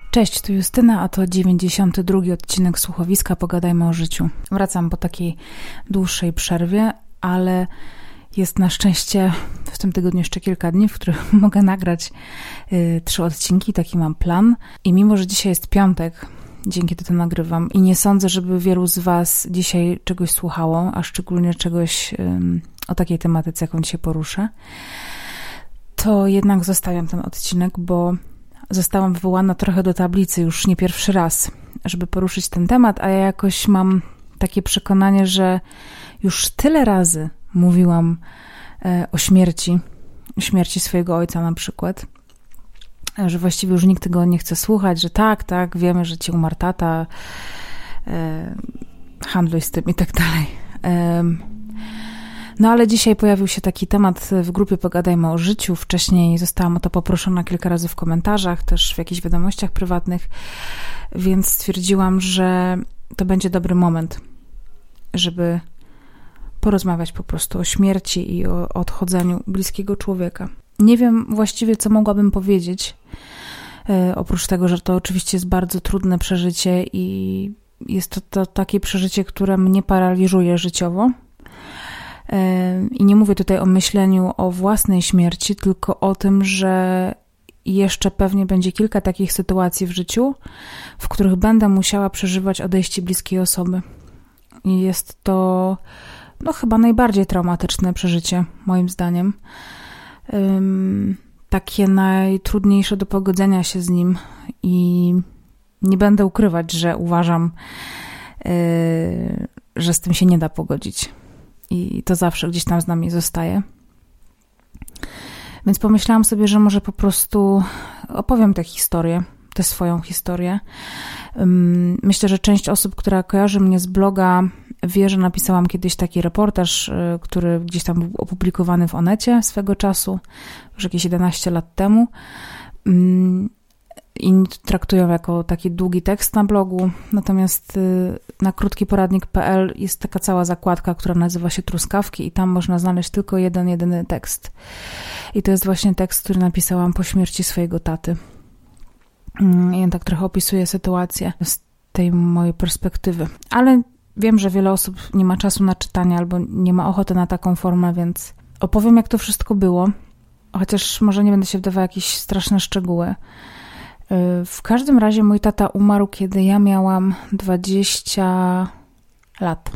Cześć, tu Justyna, a to 92. odcinek Słuchowiska Pogadajmy o życiu. Wracam po takiej dłuższej przerwie, ale jest na szczęście w tym tygodniu jeszcze kilka dni, w których mogę nagrać 3 odcinki, taki mam plan. I mimo, że dzisiaj jest piątek, dzięki temu nagrywam i nie sądzę, żeby wielu z Was dzisiaj czegoś słuchało, a szczególnie czegoś o takiej tematyce, jaką dzisiaj poruszę, to jednak zostawiam ten odcinek, bo zostałam wywołana trochę do tablicy już nie pierwszy raz, żeby poruszyć ten temat, a ja jakoś mam takie przekonanie, że już tyle razy mówiłam o śmierci swojego ojca na przykład, że właściwie już nikt tego nie chce słuchać, że tak, wiemy, że ci umarł tata, handluj z tym i tak dalej. No ale dzisiaj pojawił się taki temat w grupie Pogadajmy o życiu. Wcześniej zostałam o to poproszona kilka razy w komentarzach, też w jakichś wiadomościach prywatnych, więc stwierdziłam, że to będzie dobry moment, żeby porozmawiać po prostu o śmierci i o odchodzeniu bliskiego człowieka. Nie wiem właściwie, co mogłabym powiedzieć, oprócz tego, że to oczywiście jest bardzo trudne przeżycie i jest to takie przeżycie, które mnie paraliżuje życiowo. I nie mówię tutaj o myśleniu o własnej śmierci, tylko o tym, że jeszcze pewnie będzie kilka takich sytuacji w życiu, w których będę musiała przeżywać odejście bliskiej osoby. I jest to chyba najbardziej traumatyczne przeżycie, moim zdaniem. Takie najtrudniejsze do pogodzenia się z nim i nie będę ukrywać, że uważam, że z tym się nie da pogodzić. I to zawsze gdzieś tam z nami zostaje. Więc pomyślałam sobie, że może po prostu opowiem tę swoją historię. Myślę, że część osób, która kojarzy mnie z bloga, wie, że napisałam kiedyś taki reportaż, który gdzieś tam był opublikowany w Onecie swego czasu, już jakieś 11 lat temu. I traktują jako taki długi tekst na blogu, natomiast na krótkiporadnik.pl jest taka cała zakładka, która nazywa się Truskawki i tam można znaleźć tylko jedyny tekst. I to jest właśnie tekst, który napisałam po śmierci swojego taty. I on tak trochę opisuje sytuację z tej mojej perspektywy. Ale wiem, że wiele osób nie ma czasu na czytanie albo nie ma ochoty na taką formę, więc opowiem, jak to wszystko było, chociaż może nie będę się wdawała w jakieś straszne szczegóły. W każdym razie mój tata umarł, kiedy ja miałam 20 lat.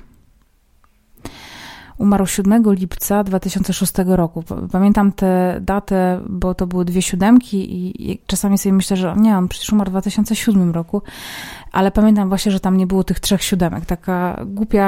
Umarł 7 lipca 2006 roku. Pamiętam tę datę, bo to były 2 siódemki i czasami sobie myślę, że nie, on przecież umarł w 2007 roku, ale pamiętam właśnie, że tam nie było tych 3 siódemek. Taka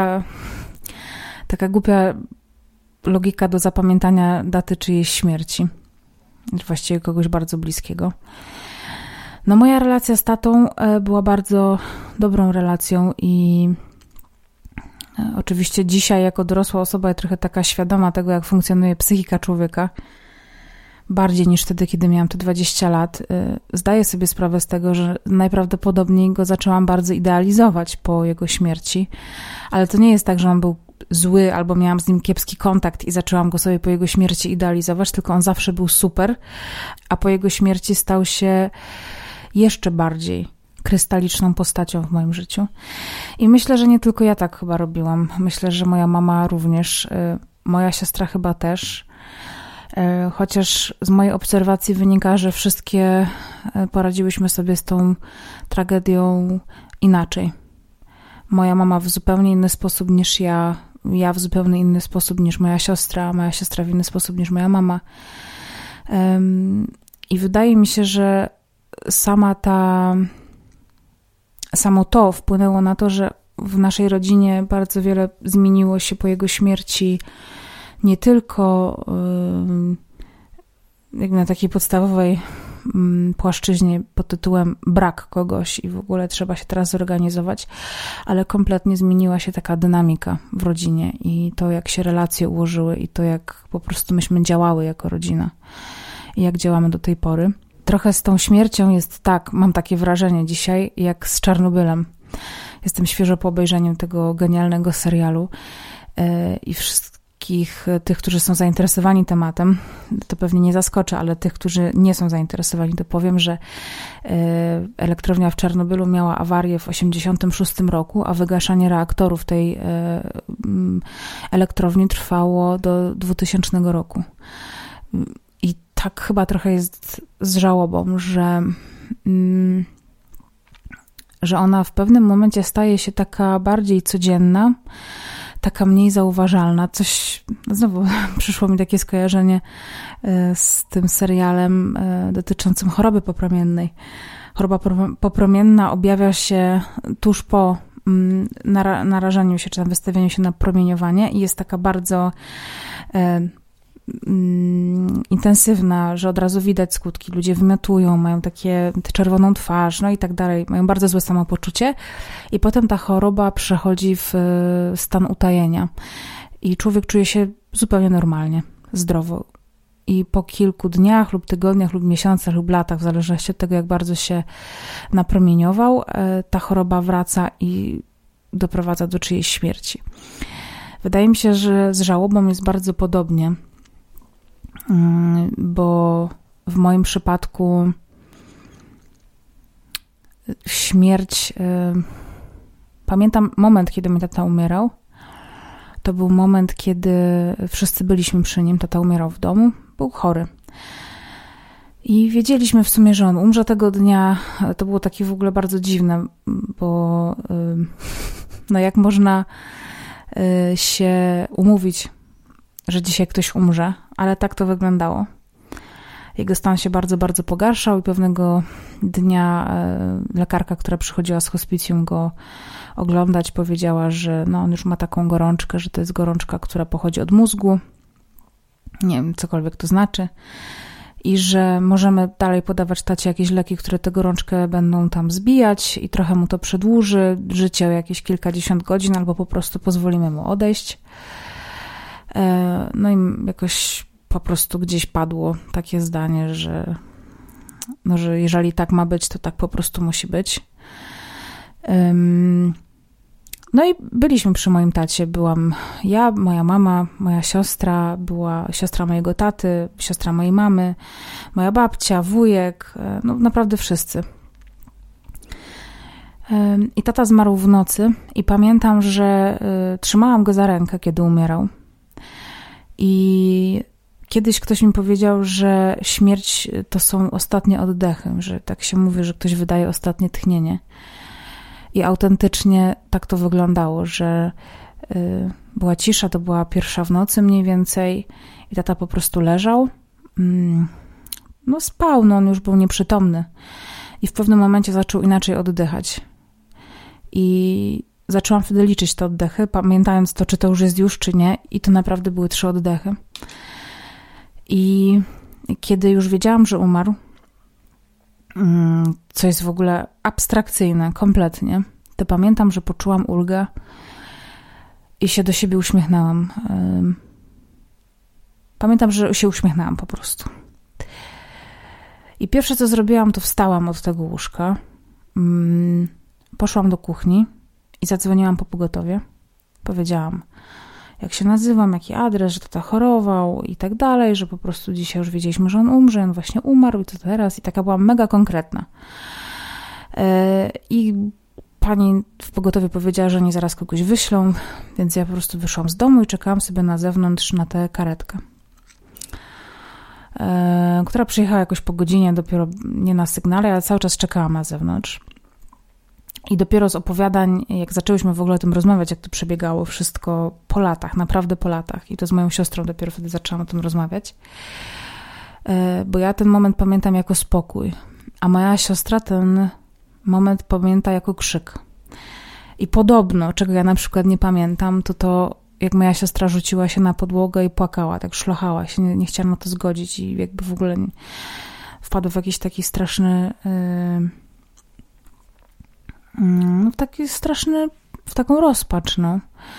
głupia logika do zapamiętania daty czyjejś śmierci. Właściwie kogoś bardzo bliskiego. No moja relacja z tatą była bardzo dobrą relacją i oczywiście dzisiaj jako dorosła osoba ja trochę taka świadoma tego, jak funkcjonuje psychika człowieka, bardziej niż wtedy, kiedy miałam te 20 lat. Zdaję sobie sprawę z tego, że najprawdopodobniej go zaczęłam bardzo idealizować po jego śmierci, ale to nie jest tak, że on był zły albo miałam z nim kiepski kontakt i zaczęłam go sobie po jego śmierci idealizować, tylko on zawsze był super, a po jego śmierci stał się jeszcze bardziej krystaliczną postacią w moim życiu. I myślę, że nie tylko ja tak chyba robiłam. Myślę, że moja mama również, moja siostra chyba też. Chociaż z mojej obserwacji wynika, że wszystkie poradziłyśmy sobie z tą tragedią inaczej. Moja mama w zupełnie inny sposób niż ja w zupełnie inny sposób niż moja siostra w inny sposób niż moja mama. I wydaje mi się, że samo to wpłynęło na to, że w naszej rodzinie bardzo wiele zmieniło się po jego śmierci, nie tylko jakby na takiej podstawowej płaszczyźnie pod tytułem brak kogoś i w ogóle trzeba się teraz zorganizować, ale kompletnie zmieniła się taka dynamika w rodzinie i to, jak się relacje ułożyły i to, jak po prostu myśmy działały jako rodzina i jak działamy do tej pory. Trochę z tą śmiercią jest tak, mam takie wrażenie dzisiaj, jak z Czarnobylem. Jestem świeżo po obejrzeniu tego genialnego serialu i wszystkich tych, którzy są zainteresowani tematem, to pewnie nie zaskoczę, ale tych, którzy nie są zainteresowani, to powiem, że elektrownia w Czarnobylu miała awarię w 1986 roku, a wygaszanie reaktorów tej elektrowni trwało do 2000 roku. I tak chyba trochę jest z żałobą, że ona w pewnym momencie staje się taka bardziej codzienna, taka mniej zauważalna. Znowu przyszło mi takie skojarzenie z tym serialem dotyczącym choroby popromiennej. Choroba popromienna objawia się tuż po narażeniu się, czy tam wystawieniu się na promieniowanie i jest taka bardzo intensywna, że od razu widać skutki. Ludzie wymiotują, mają czerwoną twarz, no i tak dalej. Mają bardzo złe samopoczucie i potem ta choroba przechodzi w stan utajenia i człowiek czuje się zupełnie normalnie, zdrowo. I po kilku dniach lub tygodniach lub miesiącach lub latach, w zależności od tego, jak bardzo się napromieniował, ta choroba wraca i doprowadza do czyjejś śmierci. Wydaje mi się, że z żałobą jest bardzo podobnie, bo w moim przypadku śmierć... Pamiętam moment, kiedy mój tata umierał. To był moment, kiedy wszyscy byliśmy przy nim. Tata umierał w domu, był chory. I wiedzieliśmy w sumie, że on umrze tego dnia. To było takie w ogóle bardzo dziwne, bo no jak można się umówić, że dzisiaj ktoś umrze, ale tak to wyglądało. Jego stan się bardzo, bardzo pogarszał i pewnego dnia lekarka, która przychodziła z hospicjum go oglądać, powiedziała, że no on już ma taką gorączkę, że to jest gorączka, która pochodzi od mózgu. Nie wiem, cokolwiek to znaczy. I że możemy dalej podawać tacie jakieś leki, które tę gorączkę będą tam zbijać i trochę mu to przedłuży życie o jakieś kilkadziesiąt godzin, albo po prostu pozwolimy mu odejść. No i jakoś po prostu gdzieś padło takie zdanie, że jeżeli tak ma być, to tak po prostu musi być. No i byliśmy przy moim tacie. Byłam ja, moja mama, moja siostra, była siostra mojego taty, siostra mojej mamy, moja babcia, wujek, no naprawdę wszyscy. I tata zmarł w nocy i pamiętam, że trzymałam go za rękę, kiedy umierał. I kiedyś ktoś mi powiedział, że śmierć to są ostatnie oddechy, że tak się mówi, że ktoś wydaje ostatnie tchnienie. I autentycznie tak to wyglądało, że była cisza, to była 1:00 w nocy mniej więcej i tata po prostu leżał. No spał, no on już był nieprzytomny. I w pewnym momencie zaczął inaczej oddychać. I zaczęłam wtedy liczyć te oddechy, pamiętając to, czy to już, czy nie. I to naprawdę były 3 oddechy. I kiedy już wiedziałam, że umarł, co jest w ogóle abstrakcyjne, kompletnie, to pamiętam, że poczułam ulgę i się do siebie uśmiechnęłam. Pamiętam, że się uśmiechnęłam po prostu. I pierwsze, co zrobiłam, to wstałam od tego łóżka, poszłam do kuchni i zadzwoniłam po pogotowie. Powiedziałam, jak się nazywam, jaki adres, że tata chorował i tak dalej, że po prostu dzisiaj już wiedzieliśmy, że on umrze, on właśnie umarł i to teraz. I taka byłam mega konkretna. I pani w pogotowie powiedziała, że nie zaraz kogoś wyślą, więc ja po prostu wyszłam z domu i czekałam sobie na zewnątrz na tę karetkę, która przyjechała jakoś po godzinie, dopiero nie na sygnale, ale cały czas czekałam na zewnątrz. I dopiero z opowiadań, jak zaczęłyśmy w ogóle o tym rozmawiać, jak to przebiegało wszystko po latach, naprawdę po latach. I to z moją siostrą dopiero wtedy zaczęłam o tym rozmawiać. Bo ja ten moment pamiętam jako spokój, a moja siostra ten moment pamięta jako krzyk. I podobno, czego ja na przykład nie pamiętam, to jak moja siostra rzuciła się na podłogę i płakała, tak szlochała się, nie chciała na to zgodzić i jakby w ogóle wpadła w jakiś taki straszny... w taką rozpacz, no.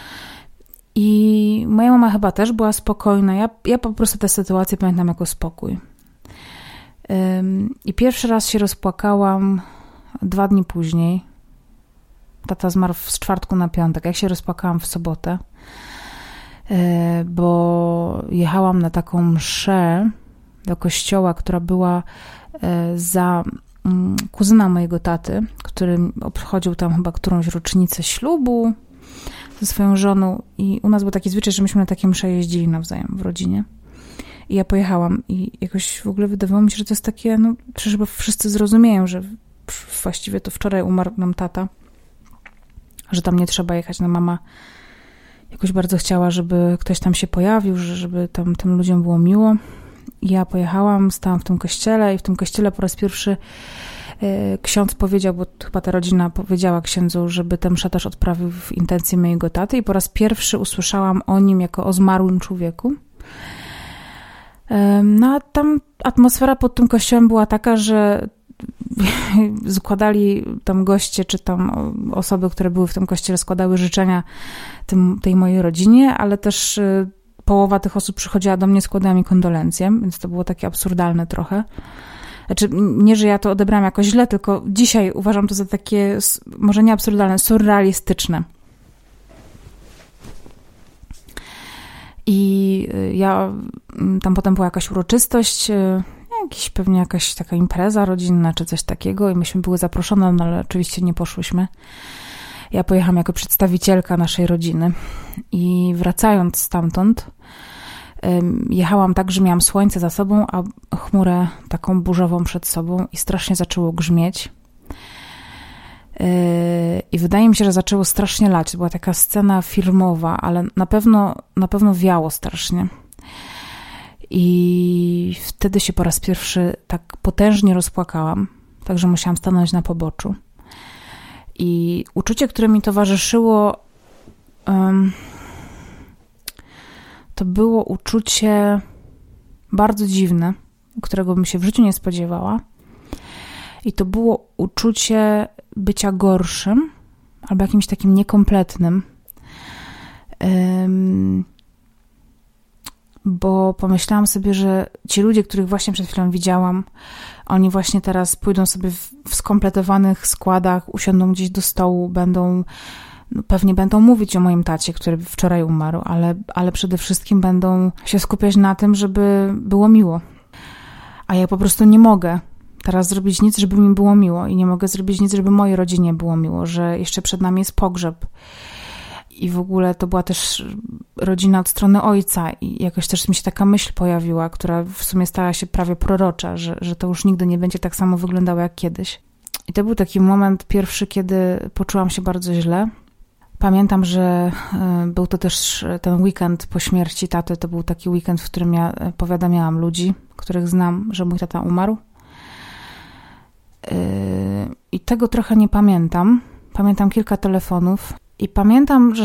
I moja mama chyba też była spokojna. Ja po prostu tę sytuację pamiętam jako spokój. I pierwszy raz się rozpłakałam 2 dni później. Tata zmarł z czwartku na piątek. Jak się rozpłakałam w sobotę. bo jechałam na taką mszę do kościoła, która była za kuzyna mojego taty, który obchodził tam chyba którąś rocznicę ślubu ze swoją żoną i u nas był taki zwyczaj, że myśmy na takie msze jeździli nawzajem w rodzinie. I ja pojechałam i jakoś w ogóle wydawało mi się, że to jest takie, no przecież chyba wszyscy zrozumieją, że właściwie to wczoraj umarł nam tata, że tam nie trzeba jechać. No mama jakoś bardzo chciała, żeby ktoś tam się pojawił, żeby tam tym ludziom było miło. I ja pojechałam, stałam w tym kościele i w tym kościele po raz pierwszy ksiądz powiedział, bo chyba ta rodzina powiedziała księdzu, żeby tę mszę też odprawił w intencji mojego taty i po raz pierwszy usłyszałam o nim jako o zmarłym człowieku. No a tam atmosfera pod tym kościołem była taka, że składali tam goście, czy tam osoby, które były w tym kościele, składały życzenia tej mojej rodzinie, ale też połowa tych osób przychodziła do mnie, składała mi kondolencje, więc to było takie absurdalne trochę. Znaczy, nie, że ja to odebrałam jakoś źle, tylko dzisiaj uważam to za takie, może nie absurdalne, surrealistyczne. I ja, tam potem była jakaś uroczystość, pewnie jakaś taka impreza rodzinna, czy coś takiego i myśmy były zaproszone, no ale oczywiście nie poszłyśmy. Ja pojechałam jako przedstawicielka naszej rodziny i wracając stamtąd, jechałam tak, że miałam słońce za sobą, a chmurę taką burzową przed sobą i strasznie zaczęło grzmieć. I wydaje mi się, że zaczęło strasznie lać. To była taka scena filmowa, ale na pewno wiało strasznie. I wtedy się po raz pierwszy tak potężnie rozpłakałam, także musiałam stanąć na poboczu. I uczucie, które mi towarzyszyło, to było uczucie bardzo dziwne, którego bym się w życiu nie spodziewała. I to było uczucie bycia gorszym albo jakimś takim niekompletnym. Bo pomyślałam sobie, że ci ludzie, których właśnie przed chwilą widziałam, oni właśnie teraz pójdą sobie w skompletowanych składach, usiądą gdzieś do stołu, pewnie będą mówić o moim tacie, który wczoraj umarł, ale przede wszystkim będą się skupiać na tym, żeby było miło. A ja po prostu nie mogę teraz zrobić nic, żeby mi było miło i nie mogę zrobić nic, żeby mojej rodzinie było miło, że jeszcze przed nami jest pogrzeb. I w ogóle to była też rodzina od strony ojca i jakoś też mi się taka myśl pojawiła, która w sumie stała się prawie prorocza, że to już nigdy nie będzie tak samo wyglądało jak kiedyś. I to był taki moment pierwszy, kiedy poczułam się bardzo źle. Pamiętam, że był to też ten weekend po śmierci taty, to był taki weekend, w którym ja powiadamiałam ludzi, których znam, że mój tata umarł. I tego trochę nie pamiętam. Pamiętam kilka telefonów. I pamiętam,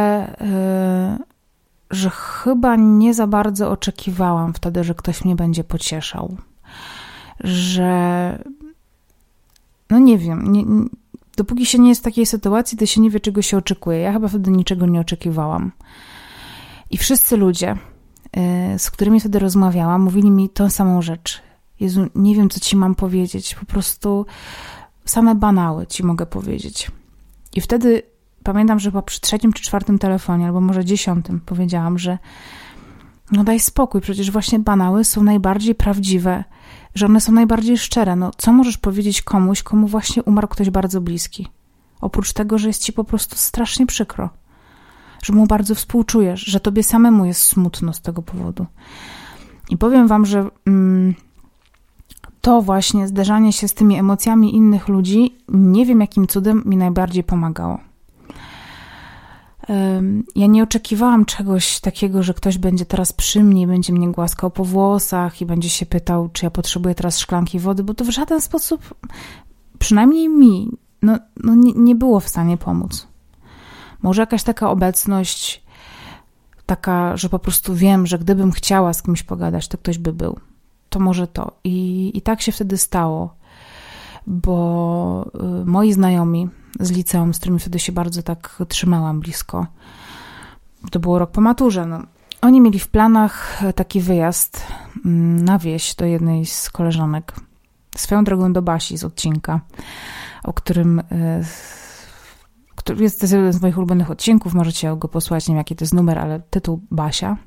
że chyba nie za bardzo oczekiwałam wtedy, że ktoś mnie będzie pocieszał. Że, no nie wiem, dopóki się nie jest w takiej sytuacji, to się nie wie, czego się oczekuje. Ja chyba wtedy niczego nie oczekiwałam. I wszyscy ludzie, z którymi wtedy rozmawiałam, mówili mi tą samą rzecz. Jezu, nie wiem, co ci mam powiedzieć. Po prostu same banały ci mogę powiedzieć. I wtedy pamiętam, że chyba przy 3. czy 4. telefonie, albo może 10. powiedziałam, że no daj spokój, przecież właśnie banały są najbardziej prawdziwe, że one są najbardziej szczere. No co możesz powiedzieć komuś, komu właśnie umarł ktoś bardzo bliski? Oprócz tego, że jest ci po prostu strasznie przykro, że mu bardzo współczujesz, że tobie samemu jest smutno z tego powodu. I powiem wam, że to właśnie zderzanie się z tymi emocjami innych ludzi, nie wiem jakim cudem mi najbardziej pomagało. Ja nie oczekiwałam czegoś takiego, że ktoś będzie teraz przy mnie i będzie mnie głaskał po włosach i będzie się pytał, czy ja potrzebuję teraz szklanki wody, bo to w żaden sposób, przynajmniej mi, nie było w stanie pomóc. Może jakaś taka obecność, taka, że po prostu wiem, że gdybym chciała z kimś pogadać, to ktoś by był. To może to. I tak się wtedy stało, bo moi znajomi z liceum, z którymi wtedy się bardzo tak trzymałam blisko, to było rok po maturze, oni mieli w planach taki wyjazd na wieś do jednej z koleżanek, swoją drogą do Basi z odcinka, to jest jeden z moich ulubionych odcinków, możecie go posłuchać, nie wiem jaki to jest numer, ale tytuł Basia.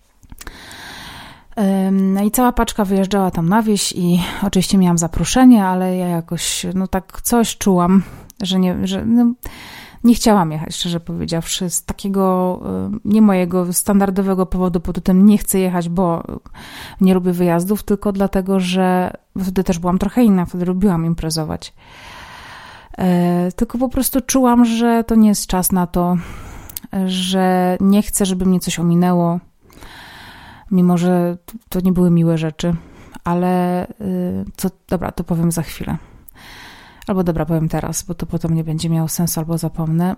No i cała paczka wyjeżdżała tam na wieś i oczywiście miałam zaproszenie, ale ja jakoś, tak coś czułam, że nie chciałam jechać, szczerze powiedziawszy, z takiego nie mojego standardowego powodu pod tytułem nie chcę jechać, bo nie lubię wyjazdów, tylko dlatego, że wtedy też byłam trochę inna, wtedy lubiłam imprezować. Tylko po prostu czułam, że to nie jest czas na to, że nie chcę, żeby mnie coś ominęło, mimo że to nie były miłe rzeczy, ale to powiem za chwilę. Albo dobra, powiem teraz, bo to potem nie będzie miało sensu, albo zapomnę,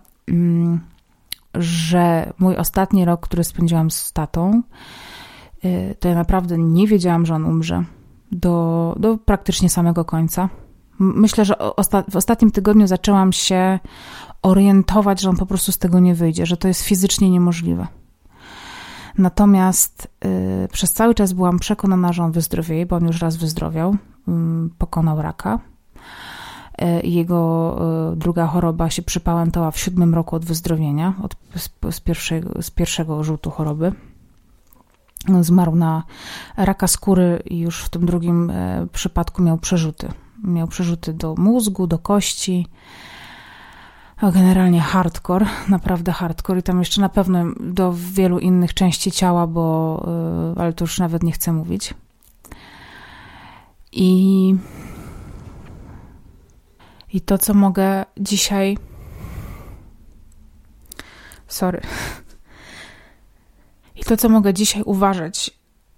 że mój ostatni rok, który spędziłam z tatą, to ja naprawdę nie wiedziałam, że on umrze do praktycznie samego końca. Myślę, że w ostatnim tygodniu zaczęłam się orientować, że on po prostu z tego nie wyjdzie, że to jest fizycznie niemożliwe. Natomiast przez cały czas byłam przekonana, że on wyzdrowieje, bo on już raz wyzdrowiał, pokonał raka. Jego druga choroba się przypałętała w 7 roku od wyzdrowienia, z pierwszego rzutu choroby. Zmarł na raka skóry i już w tym drugim przypadku miał przerzuty. Miał przerzuty do mózgu, do kości. Generalnie hardcore, naprawdę hardcore. I tam jeszcze na pewno do wielu innych części ciała, ale to już nawet nie chcę mówić. I to, co mogę dzisiaj... I to, co mogę dzisiaj uważać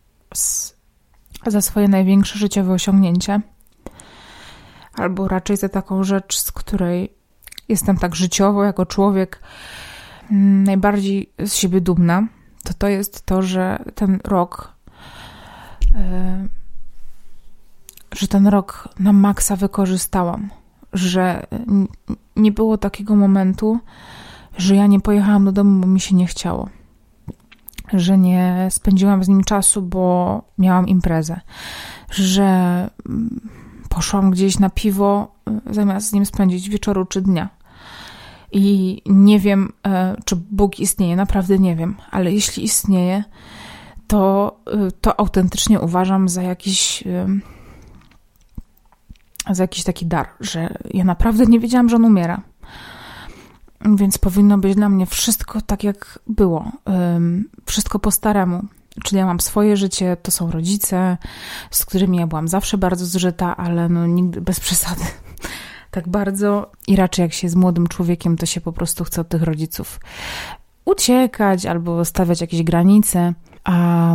za swoje największe życiowe osiągnięcie, albo raczej za taką rzecz, z której jestem tak życiowo, jako człowiek, najbardziej z siebie dumna, to jest to, że ten rok na maksa wykorzystałam. Że nie było takiego momentu, że ja nie pojechałam do domu, bo mi się nie chciało. Że nie spędziłam z nim czasu, bo miałam imprezę. Że poszłam gdzieś na piwo, zamiast z nim spędzić wieczoru czy dnia. I nie wiem, czy Bóg istnieje, naprawdę nie wiem, ale jeśli istnieje, to autentycznie uważam za jakiś taki dar, że ja naprawdę nie wiedziałam, że on umiera. Więc powinno być dla mnie wszystko tak, jak było. Wszystko po staremu. Czyli ja mam swoje życie, to są rodzice, z którymi ja byłam zawsze bardzo zżyta, ale nigdy bez przesady. Tak bardzo. I raczej jak się jest młodym człowiekiem, to się po prostu chce od tych rodziców uciekać albo stawiać jakieś granice. A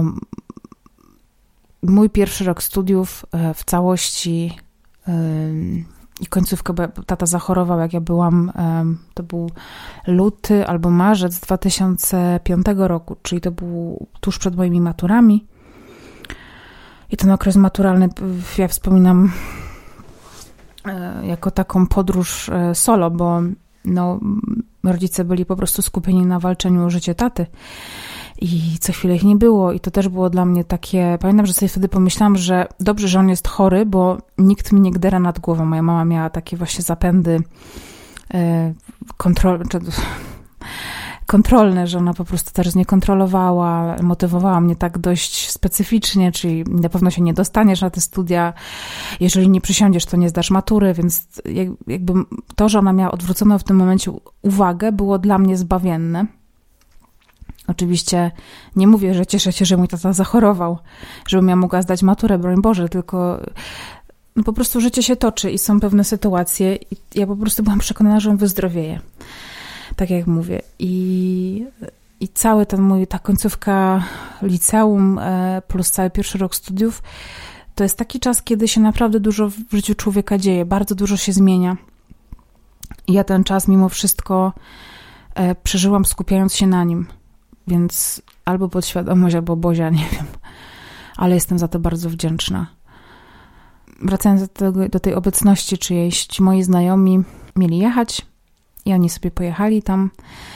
mój pierwszy rok studiów w całości i końcówkę, bo tata zachorował, jak ja byłam, to był luty albo marzec 2005 roku, czyli to był tuż przed moimi maturami. I ten okres maturalny ja wspominam jako taką podróż solo, bo rodzice byli po prostu skupieni na walczeniu o życie taty. I co chwilę ich nie było i to też było dla mnie takie... Pamiętam, że sobie wtedy pomyślałam, że dobrze, że on jest chory, bo nikt mi nie gdera nad głową. Moja mama miała takie właśnie zapędy kontrolne, że ona po prostu też nie kontrolowała, motywowała mnie tak dość specyficznie, czyli na pewno się nie dostaniesz na te studia, jeżeli nie przysiądziesz, to nie zdasz matury, więc jakby to, że ona miała odwróconą w tym momencie uwagę, było dla mnie zbawienne. Oczywiście nie mówię, że cieszę się, że mój tata zachorował, żebym ja mogła zdać maturę, broń Boże, tylko po prostu życie się toczy i są pewne sytuacje i ja po prostu byłam przekonana, że on wyzdrowieje. Tak jak mówię. I cały ta końcówka liceum plus cały pierwszy rok studiów, to jest taki czas, kiedy się naprawdę dużo w życiu człowieka dzieje, bardzo dużo się zmienia. I ja ten czas mimo wszystko przeżyłam skupiając się na nim. Więc albo podświadomość, albo Bozia, nie wiem. Ale jestem za to bardzo wdzięczna. Wracając do tej obecności czyjejś, ci moi znajomi mieli jechać i oni sobie pojechali tam.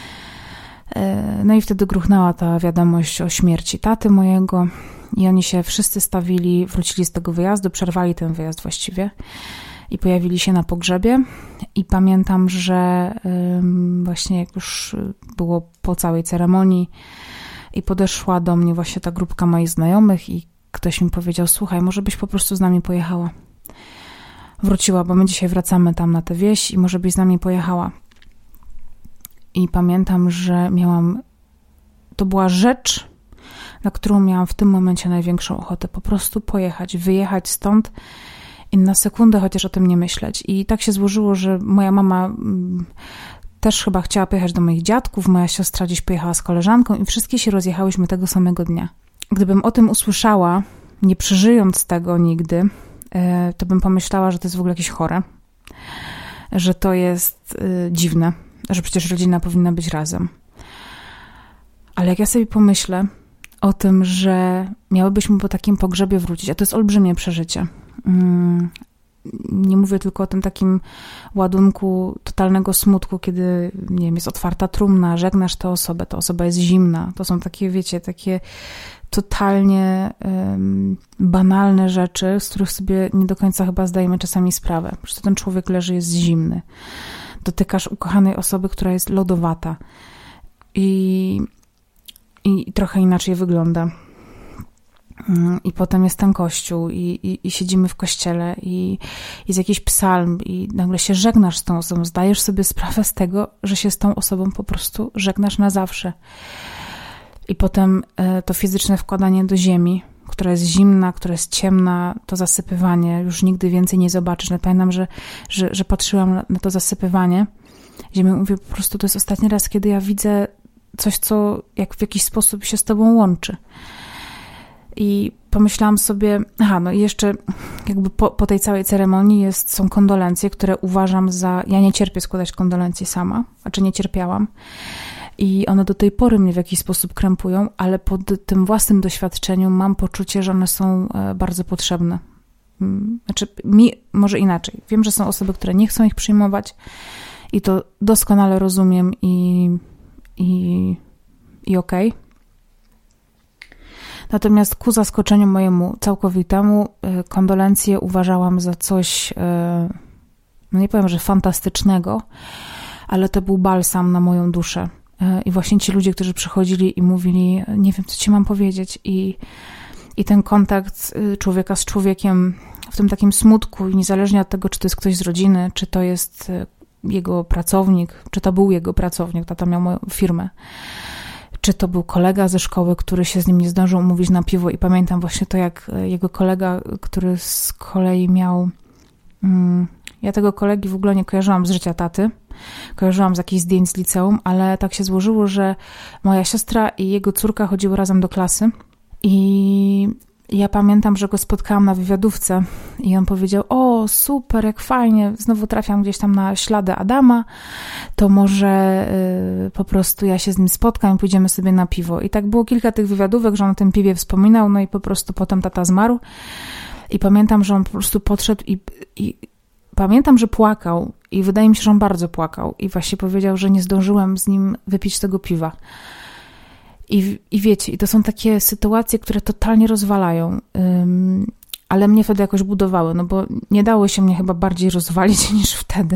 No i wtedy gruchnęła ta wiadomość o śmierci taty mojego i oni się wszyscy stawili, wrócili z tego wyjazdu, przerwali ten wyjazd właściwie i pojawili się na pogrzebie i pamiętam, że właśnie jak już było po całej ceremonii i podeszła do mnie właśnie ta grupka moich znajomych i ktoś mi powiedział, słuchaj, może byś po prostu z nami pojechała. Wróciła, bo my dzisiaj wracamy tam na tę wieś i może byś z nami pojechała. I pamiętam, że to była rzecz, na którą miałam w tym momencie największą ochotę. Po prostu pojechać, wyjechać stąd i na sekundę chociaż o tym nie myśleć. I tak się złożyło, że moja mama też chyba chciała pojechać do moich dziadków, moja siostra gdzieś pojechała z koleżanką i wszystkie się rozjechałyśmy tego samego dnia. Gdybym o tym usłyszała, nie przeżyjąc tego nigdy, to bym pomyślała, że to jest w ogóle jakieś chore, że to jest dziwne, że przecież rodzina powinna być razem. Ale jak ja sobie pomyślę o tym, że miałybyśmy po takim pogrzebie wrócić, a to jest olbrzymie przeżycie. Nie mówię tylko o tym takim ładunku totalnego smutku, kiedy, nie wiem, jest otwarta trumna, żegnasz tę osobę, ta osoba jest zimna. To są takie, wiecie, takie totalnie banalne rzeczy, z których sobie nie do końca chyba zdajemy czasami sprawę. Po prostu ten człowiek leży, jest zimny. Dotykasz ukochanej osoby, która jest lodowata. I trochę inaczej wygląda. I potem jest ten kościół i siedzimy w kościele i jest jakiś psalm i nagle się żegnasz z tą osobą. Zdajesz sobie sprawę z tego, że się z tą osobą po prostu żegnasz na zawsze. I potem to fizyczne wkładanie do ziemi, która jest zimna, która jest ciemna, to zasypywanie, już nigdy więcej nie zobaczysz. No, pamiętam, że patrzyłam na to zasypywanie ziemią, mówię, po prostu to jest ostatni raz, kiedy ja widzę coś, co jak w jakiś sposób się z tobą łączy. I pomyślałam sobie, no i jeszcze jakby po tej całej ceremonii są kondolencje, które uważam za... Ja nie cierpię składać kondolencji sama, nie cierpiałam. I one do tej pory mnie w jakiś sposób krępują, ale po tym własnym doświadczeniu mam poczucie, że one są bardzo potrzebne. Mi może inaczej. Wiem, że są osoby, które nie chcą ich przyjmować i to doskonale rozumiem i okej. Natomiast ku zaskoczeniu mojemu całkowitemu kondolencje uważałam za coś, nie powiem, że fantastycznego, ale to był balsam na moją duszę. I właśnie ci ludzie, którzy przychodzili i mówili, nie wiem, co ci mam powiedzieć. I ten kontakt człowieka z człowiekiem w tym takim smutku, i niezależnie od tego, czy to jest ktoś z rodziny, czy to jest jego pracownik, czy to był jego pracownik, tata miał moją firmę, czy to był kolega ze szkoły, który się z nim nie zdążył umówić na piwo. I pamiętam właśnie to, jak jego kolega, który z kolei miał... Ja tego kolegi w ogóle nie kojarzyłam z życia taty. Kojarzyłam z jakichś zdjęć z liceum, ale tak się złożyło, że moja siostra i jego córka chodziły razem do klasy. I ja pamiętam, że go spotkałam na wywiadówce i on powiedział, o super, jak fajnie, znowu trafiam gdzieś tam na ślady Adama, to może po prostu ja się z nim spotkam i pójdziemy sobie na piwo. I tak było kilka tych wywiadówek, że on o tym piwie wspominał, no i po prostu potem tata zmarł. I pamiętam, że on po prostu podszedł i pamiętam, że płakał i wydaje mi się, że on bardzo płakał i właśnie powiedział, że nie zdążyłem z nim wypić tego piwa. I wiecie, i to są takie sytuacje, które totalnie rozwalają, ale mnie wtedy jakoś budowały, no bo nie dało się mnie chyba bardziej rozwalić niż wtedy.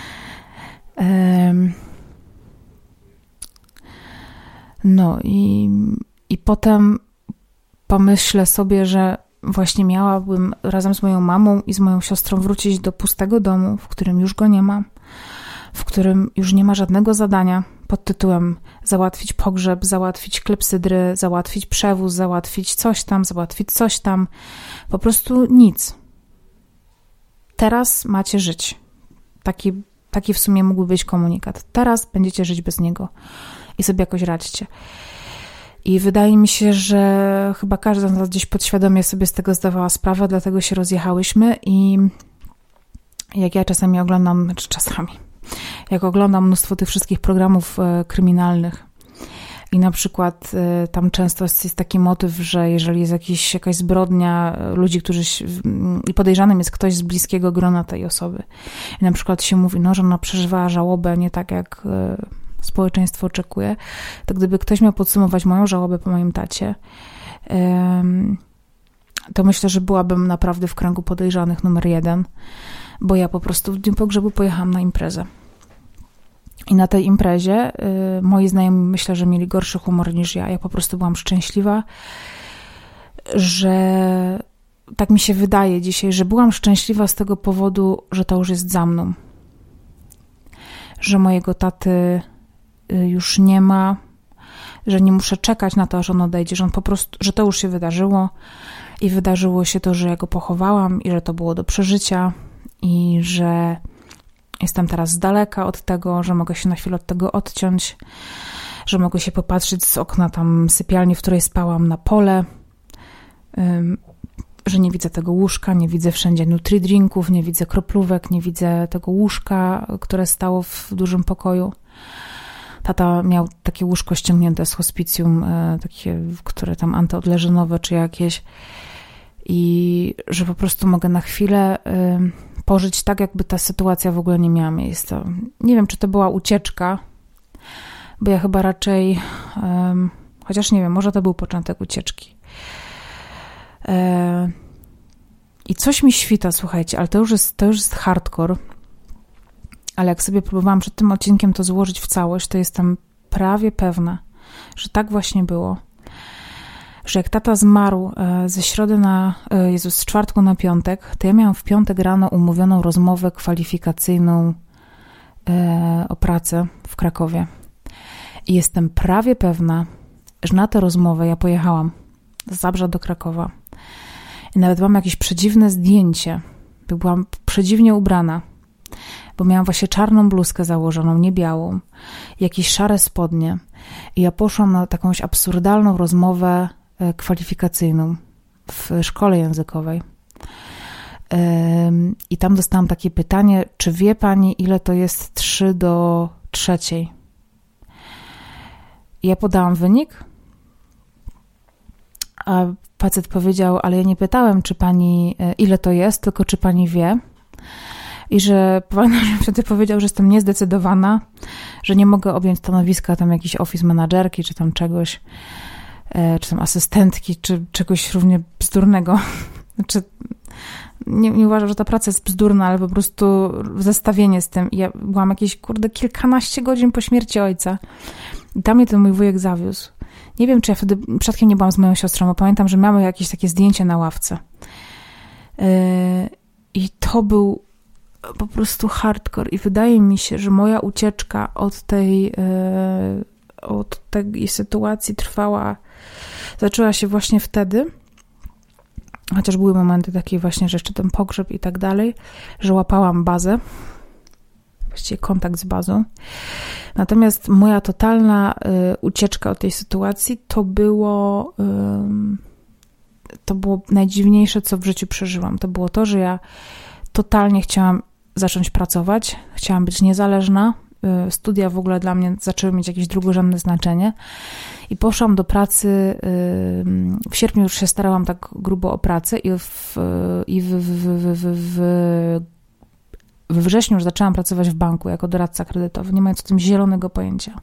No i potem pomyślę sobie, że właśnie miałabym razem z moją mamą i z moją siostrą wrócić do pustego domu, w którym już go nie ma, w którym już nie ma żadnego zadania pod tytułem załatwić pogrzeb, załatwić klepsydry, załatwić przewóz, załatwić coś tam. Po prostu nic. Teraz macie żyć. Taki w sumie mógłby być komunikat. Teraz będziecie żyć bez niego i sobie jakoś radźcie. I wydaje mi się, że chyba każda z nas gdzieś podświadomie sobie z tego zdawała sprawę, dlatego się rozjechałyśmy i jak ja jak oglądam mnóstwo tych wszystkich programów kryminalnych i na przykład tam często jest taki motyw, że jeżeli jest jakaś zbrodnia ludzi, i podejrzanym jest ktoś z bliskiego grona tej osoby i na przykład się mówi, że ona przeżywała żałobę nie tak jak społeczeństwo oczekuje, to gdyby ktoś miał podsumować moją żałobę po moim tacie, to myślę, że byłabym naprawdę w kręgu podejrzanych numer 1, bo ja po prostu w dniu pogrzebu pojechałam na imprezę. I na tej imprezie moi znajomi myślę, że mieli gorszy humor niż ja. Ja po prostu byłam szczęśliwa, że tak mi się wydaje dzisiaj, że byłam szczęśliwa z tego powodu, że to już jest za mną. Że mojego taty już nie ma, że nie muszę czekać na to, aż on odejdzie, że on po prostu, że to już się wydarzyło i wydarzyło się to, że ja go pochowałam i że to było do przeżycia i że jestem teraz z daleka od tego, że mogę się na chwilę od tego odciąć, że mogę się popatrzeć z okna tam sypialni, w której spałam, na pole, że nie widzę tego łóżka, nie widzę wszędzie nutri-drinków, nie widzę kroplówek, nie widzę tego łóżka, które stało w dużym pokoju. Tata miał takie łóżko ściągnięte z hospicjum, takie, które tam antyodleżynowe czy jakieś, i że po prostu mogę na chwilę pożyć tak, jakby ta sytuacja w ogóle nie miała miejsca. Nie wiem, czy to była ucieczka, bo ja chyba raczej, chociaż nie wiem, może to był początek ucieczki. I coś mi świta, słuchajcie, ale to już jest hardcore. Ale jak sobie próbowałam przed tym odcinkiem to złożyć w całość, to jestem prawie pewna, że tak właśnie było. Że jak tata zmarł z czwartku na piątek, to ja miałam w piątek rano umówioną rozmowę kwalifikacyjną o pracę w Krakowie. I jestem prawie pewna, że na tę rozmowę ja pojechałam z Zabrza do Krakowa. I nawet mam jakieś przedziwne zdjęcie. Byłam przedziwnie ubrana, bo miałam właśnie czarną bluzkę założoną, nie białą, jakieś szare spodnie. I ja poszłam na jakąś absurdalną rozmowę kwalifikacyjną w szkole językowej. I tam dostałam takie pytanie, czy wie pani, ile to jest 3 do 3? I ja podałam wynik, a facet powiedział, ale ja nie pytałem, czy pani, ile to jest, tylko czy pani wie. I że wtedy powiedział, że jestem niezdecydowana, że nie mogę objąć stanowiska tam jakiejś office managerki, czy tam czegoś, czy tam asystentki, czy czegoś równie bzdurnego. Znaczy, nie uważam, że ta praca jest bzdurna, ale po prostu zestawienie z tym. Ja byłam jakieś, kilkanaście godzin po śmierci ojca. I tam mnie ten mój wujek zawiózł. Nie wiem, czy ja wtedy przypadkiem nie byłam z moją siostrą, bo pamiętam, że miały jakieś takie zdjęcie na ławce. I to był po prostu hardcore. I wydaje mi się, że moja ucieczka od tej sytuacji zaczęła się właśnie wtedy, chociaż były momenty takie właśnie, że jeszcze ten pogrzeb i tak dalej, że łapałam bazę, właściwie kontakt z bazą. Natomiast moja totalna ucieczka od tej sytuacji to było najdziwniejsze, co w życiu przeżyłam. To było to, że ja totalnie chciałam zacząć pracować, chciałam być niezależna. Studia w ogóle dla mnie zaczęły mieć jakieś drugorzędne znaczenie i poszłam do pracy. W sierpniu już się starałam tak grubo o pracę i we wrześniu już zaczęłam pracować w banku jako doradca kredytowy, nie mając o tym zielonego pojęcia.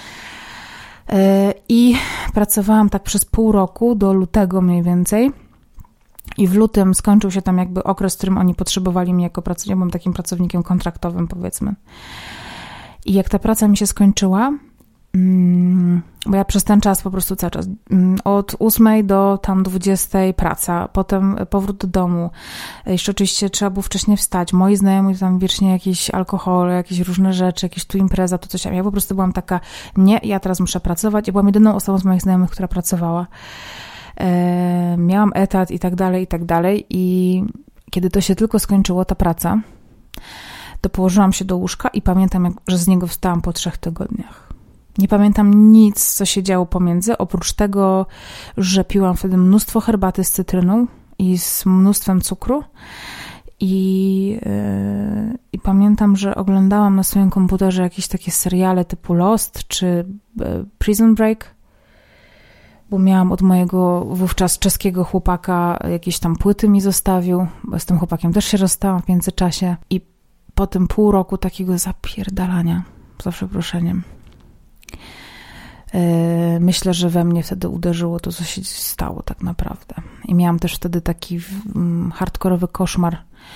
I pracowałam tak przez pół roku, do lutego mniej więcej. I w lutym skończył się tam jakby okres, w którym oni potrzebowali mnie jako pracownika. Byłam takim pracownikiem kontraktowym, powiedzmy. I jak ta praca mi się skończyła, bo ja przez ten czas po prostu cały czas, od 8 do tam 20 praca, potem powrót do domu. Jeszcze oczywiście trzeba było wcześniej wstać. Moi znajomi tam wiecznie jakieś alkohole, jakieś różne rzeczy, jakieś tu impreza, to coś tam. Ja po prostu byłam taka, nie, ja teraz muszę pracować. Ja byłam jedyną osobą z moich znajomych, która pracowała. Miałam etat i tak dalej, i tak dalej. I kiedy to się tylko skończyło, ta praca, to położyłam się do łóżka i pamiętam, że z niego wstałam po 3 tygodniach. Nie pamiętam nic, co się działo pomiędzy, oprócz tego, że piłam wtedy mnóstwo herbaty z cytryną i z mnóstwem cukru. I pamiętam, że oglądałam na swoim komputerze jakieś takie seriale typu Lost czy Prison Break, bo miałam od mojego wówczas czeskiego chłopaka jakieś tam płyty mi zostawił, bo z tym chłopakiem też się rozstałam w międzyczasie. I po tym pół roku takiego zapierdalania, za przeproszeniem, myślę, że we mnie wtedy uderzyło to, co się stało tak naprawdę. I miałam też wtedy taki hardkorowy koszmar,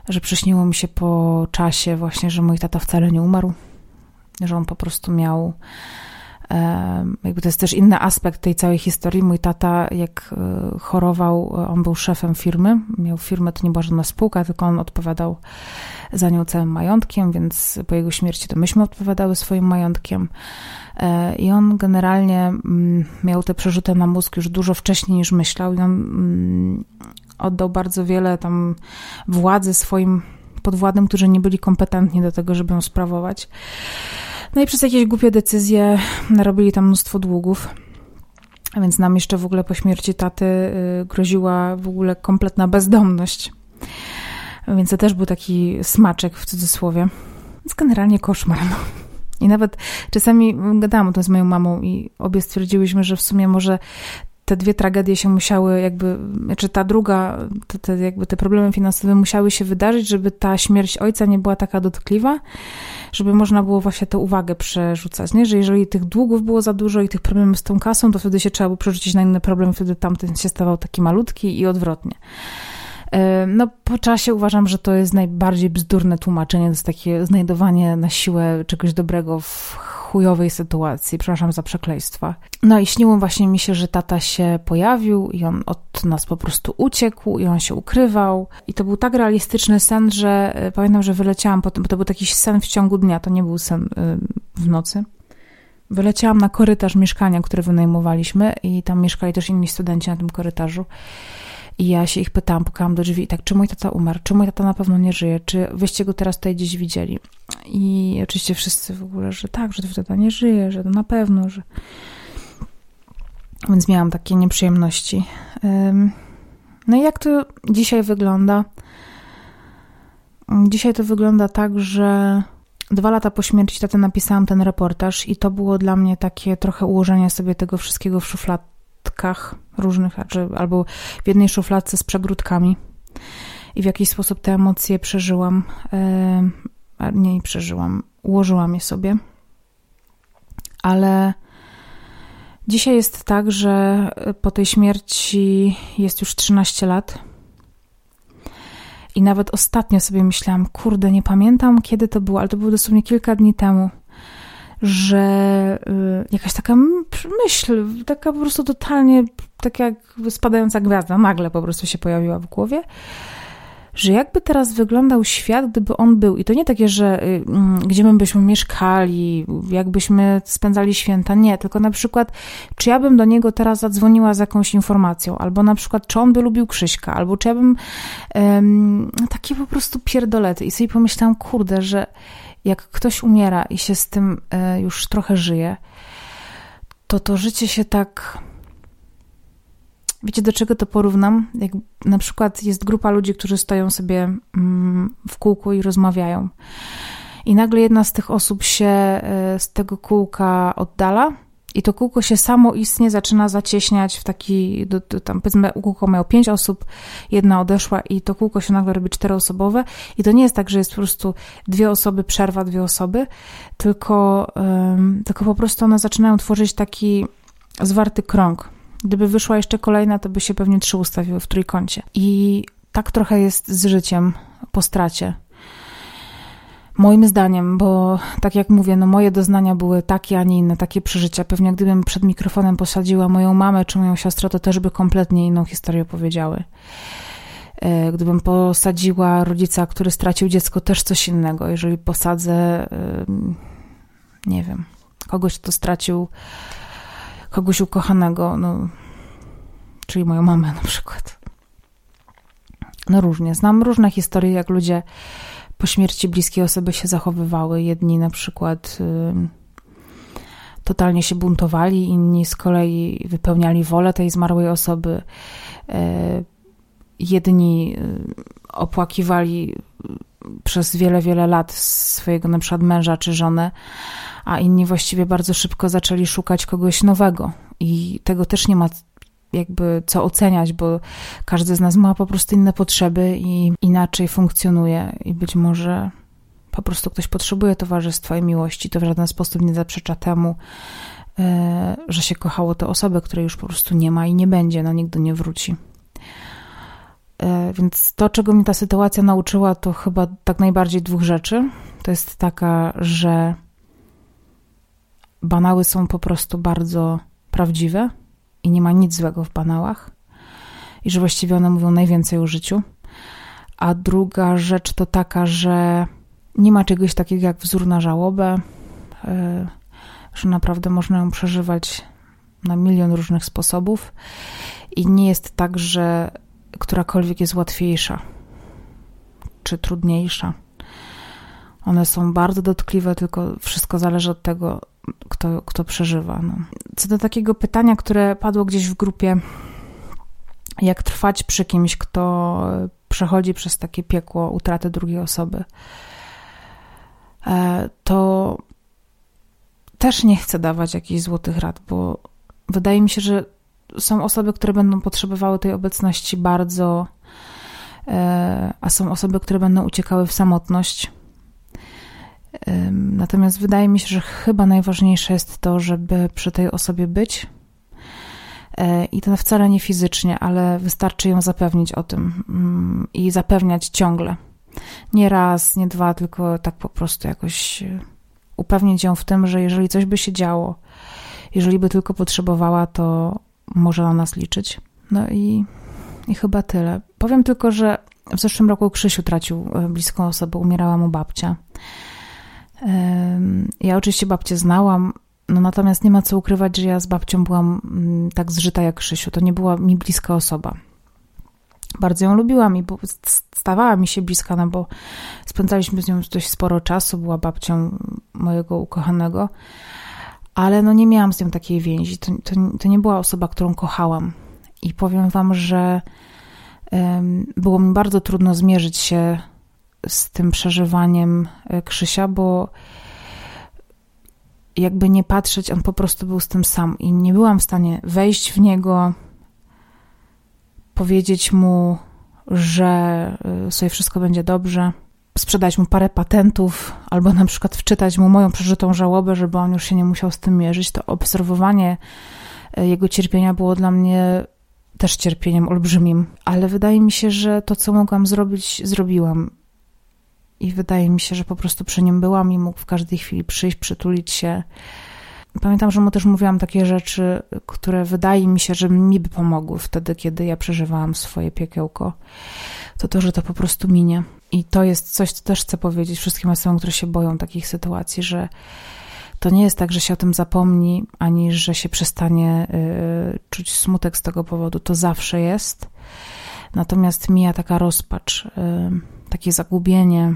że przyśniło mi się po czasie właśnie, że mój tata wcale nie umarł, że on po prostu miał, jakby to jest też inny aspekt tej całej historii. Mój tata, jak chorował, on był szefem firmy, miał firmę, to nie była żadna spółka, tylko on odpowiadał za nią całym majątkiem, więc po jego śmierci to myśmy odpowiadały swoim majątkiem. I on generalnie miał te przerzuty na mózg już dużo wcześniej niż myślał i on oddał bardzo wiele tam władzy swoim podwładnym, którzy nie byli kompetentni do tego, żeby ją sprawować. No i przez jakieś głupie decyzje narobili tam mnóstwo długów, a więc nam jeszcze w ogóle po śmierci taty groziła w ogóle kompletna bezdomność. Więc to też był taki smaczek w cudzysłowie. Więc generalnie koszmar. No. I nawet czasami gadałam o tym z moją mamą i obie stwierdziłyśmy, że w sumie może te dwie tragedie się musiały jakby, czy ta druga, te problemy finansowe musiały się wydarzyć, żeby ta śmierć ojca nie była taka dotkliwa, żeby można było właśnie tę uwagę przerzucać, nie? Że jeżeli tych długów było za dużo i tych problemów z tą kasą, to wtedy się trzeba było przerzucić na inny problem, wtedy tamten się stawał taki malutki i odwrotnie. No po czasie uważam, że to jest najbardziej bzdurne tłumaczenie, to jest takie znajdowanie na siłę czegoś dobrego w chujowej sytuacji, przepraszam za przekleństwa. No i śniło właśnie mi się, że tata się pojawił i on od nas po prostu uciekł i on się ukrywał i to był tak realistyczny sen, że pamiętam, że wyleciałam potem, bo to był taki sen w ciągu dnia, to nie był sen w nocy. Wyleciałam na korytarz mieszkania, które wynajmowaliśmy i tam mieszkali też inni studenci na tym korytarzu. I ja się ich pytałam, pukałam do drzwi i tak, czy mój tata umarł, czy mój tata na pewno nie żyje, czy wyście go teraz tutaj gdzieś widzieli. I oczywiście wszyscy w ogóle, że tak, że twój tata nie żyje, że to na pewno, że... Więc miałam takie nieprzyjemności. No i jak to dzisiaj wygląda? Dzisiaj to wygląda tak, że 2 lata po śmierci taty napisałam ten reportaż i to było dla mnie takie trochę ułożenie sobie tego wszystkiego w szufladkach różnych, albo w jednej szufladce z przegródkami i w jakiś sposób te emocje przeżyłam, ułożyłam je sobie, ale dzisiaj jest tak, że po tej śmierci jest już 13 lat i nawet ostatnio sobie myślałam, kurde, nie pamiętam kiedy to było, ale to było dosłownie kilka dni temu, że jakaś taka myśl, taka po prostu totalnie, tak jak spadająca gwiazda, nagle po prostu się pojawiła w głowie, że jakby teraz wyglądał świat, gdyby on był. I to nie takie, że gdzie my byśmy mieszkali, jakbyśmy spędzali święta, nie, tylko na przykład, czy ja bym do niego teraz zadzwoniła z jakąś informacją, albo na przykład, czy on by lubił Krzyśka, albo czy ja bym takie po prostu pierdolety. I sobie pomyślałam, kurde, że jak ktoś umiera i się z tym już trochę żyje, to życie się tak... Wiecie, do czego to porównam? Jak na przykład jest grupa ludzi, którzy stoją sobie w kółku i rozmawiają. I nagle jedna z tych osób się z tego kółka oddala i to kółko się samoistnie zaczyna zacieśniać w taki, tam powiedzmy kółko miało 5 osób, jedna odeszła i to kółko się nagle robi 4-osobowe i to nie jest tak, że jest po prostu 2 osoby, przerwa 2 osoby, tylko po prostu one zaczynają tworzyć taki zwarty krąg. Gdyby wyszła jeszcze kolejna, to by się pewnie 3 ustawiły w trójkącie. I tak trochę jest z życiem po stracie. Moim zdaniem, bo tak jak mówię, no moje doznania były takie, a nie inne, takie przeżycia. Pewnie gdybym przed mikrofonem posadziła moją mamę czy moją siostrę, to też by kompletnie inną historię opowiedziały. Gdybym posadziła rodzica, który stracił dziecko, też coś innego. Jeżeli posadzę, nie wiem, kogoś, kto stracił kogoś ukochanego, no, czyli moją mamę na przykład. No różnie. Znam różne historie, jak ludzie po śmierci bliskiej osoby się zachowywały. Jedni na przykład totalnie się buntowali, inni z kolei wypełniali wolę tej zmarłej osoby. Jedni opłakiwali przez wiele, wiele lat swojego na przykład męża czy żonę, a inni właściwie bardzo szybko zaczęli szukać kogoś nowego. I tego też nie ma jakby co oceniać, bo każdy z nas ma po prostu inne potrzeby i inaczej funkcjonuje. I być może po prostu ktoś potrzebuje towarzystwa i miłości. To w żaden sposób nie zaprzecza temu, że się kochało tę osobę, której już po prostu nie ma i nie będzie, no nigdy nie wróci. Więc to, czego mi ta sytuacja nauczyła, to chyba tak najbardziej 2 rzeczy. To jest taka, że banały są po prostu bardzo prawdziwe i nie ma nic złego w banałach i że właściwie one mówią najwięcej o życiu. A druga rzecz to taka, że nie ma czegoś takiego jak wzór na żałobę, że naprawdę można ją przeżywać na milion różnych sposobów i nie jest tak, że którakolwiek jest łatwiejsza czy trudniejsza. One są bardzo dotkliwe, tylko wszystko zależy od tego, kto przeżywa. No. Co do takiego pytania, które padło gdzieś w grupie, jak trwać przy kimś, kto przechodzi przez takie piekło utraty drugiej osoby, to też nie chcę dawać jakichś złotych rad, bo wydaje mi się, że są osoby, które będą potrzebowały tej obecności bardzo, a są osoby, które będą uciekały w samotność. Natomiast wydaje mi się, że chyba najważniejsze jest to, żeby przy tej osobie być i to wcale nie fizycznie, ale wystarczy ją zapewnić o tym i zapewniać ciągle. Nie raz, nie 2, tylko tak po prostu jakoś upewnić ją w tym, że jeżeli coś by się działo, jeżeli by tylko potrzebowała, to może na nas liczyć. No i chyba tyle. Powiem tylko, że w zeszłym roku Krzysiu tracił bliską osobę, umierała mu babcia. Ja oczywiście babcię znałam, no natomiast nie ma co ukrywać, że ja z babcią byłam tak zżyta jak Krzysiu. To nie była mi bliska osoba. Bardzo ją lubiłam i stawała mi się bliska, no bo spędzaliśmy z nią dość sporo czasu, była babcią mojego ukochanego, ale no nie miałam z nią takiej więzi. To nie była osoba, którą kochałam. I powiem wam, że było mi bardzo trudno zmierzyć się z tym przeżywaniem Krzysia, bo jakby nie patrzeć, on po prostu był z tym sam i nie byłam w stanie wejść w niego, powiedzieć mu, że sobie wszystko będzie dobrze, sprzedać mu parę patentów albo na przykład wczytać mu moją przeżytą żałobę, żeby on już się nie musiał z tym mierzyć. To obserwowanie jego cierpienia było dla mnie też cierpieniem olbrzymim, ale wydaje mi się, że to, co mogłam zrobić, zrobiłam. I wydaje mi się, że po prostu przy nim byłam i mógł w każdej chwili przyjść, przytulić się. Pamiętam, że mu też mówiłam takie rzeczy, które wydaje mi się, że mi by pomogły wtedy, kiedy ja przeżywałam swoje piekiełko. To, że to po prostu minie. I to jest coś, co też chcę powiedzieć wszystkim osobom, które się boją takich sytuacji, że to nie jest tak, że się o tym zapomni, ani że się przestanie czuć smutek z tego powodu. To zawsze jest. Natomiast mija taka rozpacz, takie zagubienie.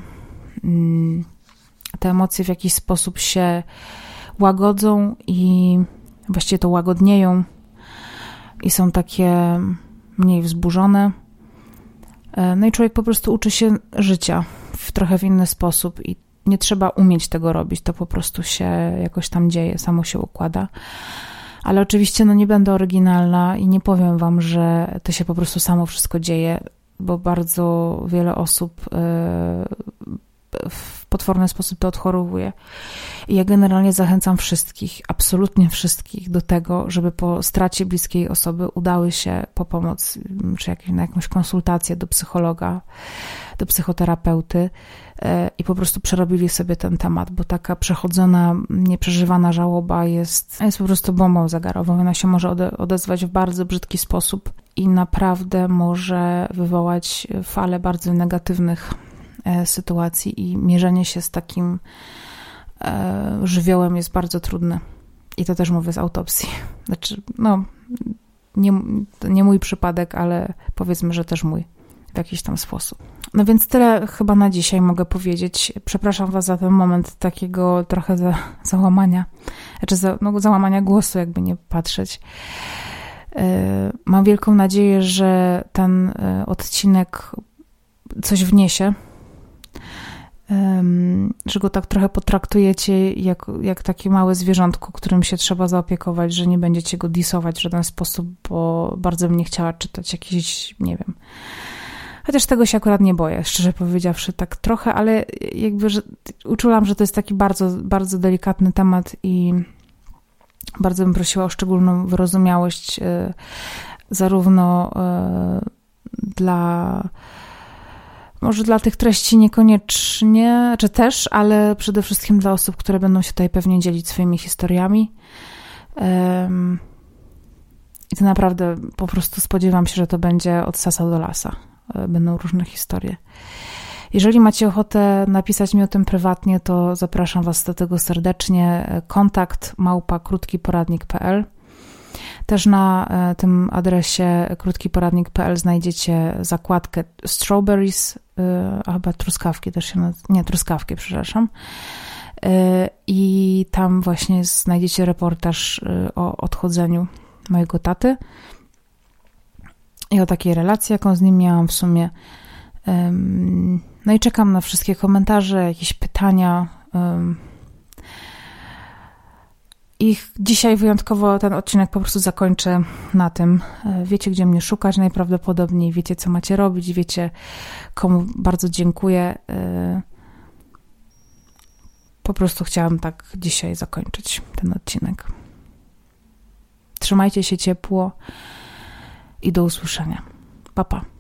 Te emocje w jakiś sposób się łagodzą i właściwie to łagodnieją i są takie mniej wzburzone. No i człowiek po prostu uczy się życia trochę w inny sposób i nie trzeba umieć tego robić, to po prostu się jakoś tam dzieje, samo się układa. Ale oczywiście nie będę oryginalna i nie powiem wam, że to się po prostu samo wszystko dzieje, bo bardzo wiele osób w potworny sposób to odchorowuje. I ja generalnie zachęcam wszystkich, absolutnie wszystkich do tego, żeby po stracie bliskiej osoby udały się po pomoc, czy na jakąś konsultację do psychologa, do psychoterapeuty i po prostu przerobili sobie ten temat, bo taka przechodzona, nieprzeżywana żałoba jest po prostu bombą zegarową. Ona się może odezwać w bardzo brzydki sposób i naprawdę może wywołać falę bardzo negatywnych sytuacji i mierzenie się z takim żywiołem jest bardzo trudne. I to też mówię z autopsji. Znaczy, nie mój przypadek, ale powiedzmy, że też mój w jakiś tam sposób. No więc tyle chyba na dzisiaj mogę powiedzieć. Przepraszam was za ten moment takiego trochę załamania. Znaczy załamania głosu, jakby nie patrzeć. Mam wielką nadzieję, że ten odcinek coś wniesie, że go tak trochę potraktujecie jak takie małe zwierzątko, którym się trzeba zaopiekować, że nie będziecie go disować w żaden sposób, bo bardzo bym nie chciała czytać jakiś, nie wiem. Chociaż tego się akurat nie boję, szczerze powiedziawszy, tak trochę, ale jakby że uczułam, że to jest taki bardzo, bardzo delikatny temat i bardzo bym prosiła o szczególną wyrozumiałość zarówno może dla tych treści niekoniecznie, czy też, ale przede wszystkim dla osób, które będą się tutaj pewnie dzielić swoimi historiami. I to naprawdę po prostu spodziewam się, że to będzie od sasa do lasa. Będą różne historie. Jeżeli macie ochotę napisać mi o tym prywatnie, to zapraszam Was do tego serdecznie. kontakt@krótkiporadnik.pl. Też na tym adresie krótkiporadnik.pl znajdziecie zakładkę Strawberries, a chyba truskawki też się nazywa. Nie, truskawki, przepraszam. I tam właśnie znajdziecie reportaż o odchodzeniu mojego taty i o takiej relacji, jaką z nim miałam w sumie. No i czekam na wszystkie komentarze, jakieś pytania. I dzisiaj wyjątkowo ten odcinek po prostu zakończę na tym. Wiecie, gdzie mnie szukać najprawdopodobniej, wiecie, co macie robić, wiecie, komu bardzo dziękuję. Po prostu chciałam tak dzisiaj zakończyć ten odcinek. Trzymajcie się ciepło i do usłyszenia. Pa, pa.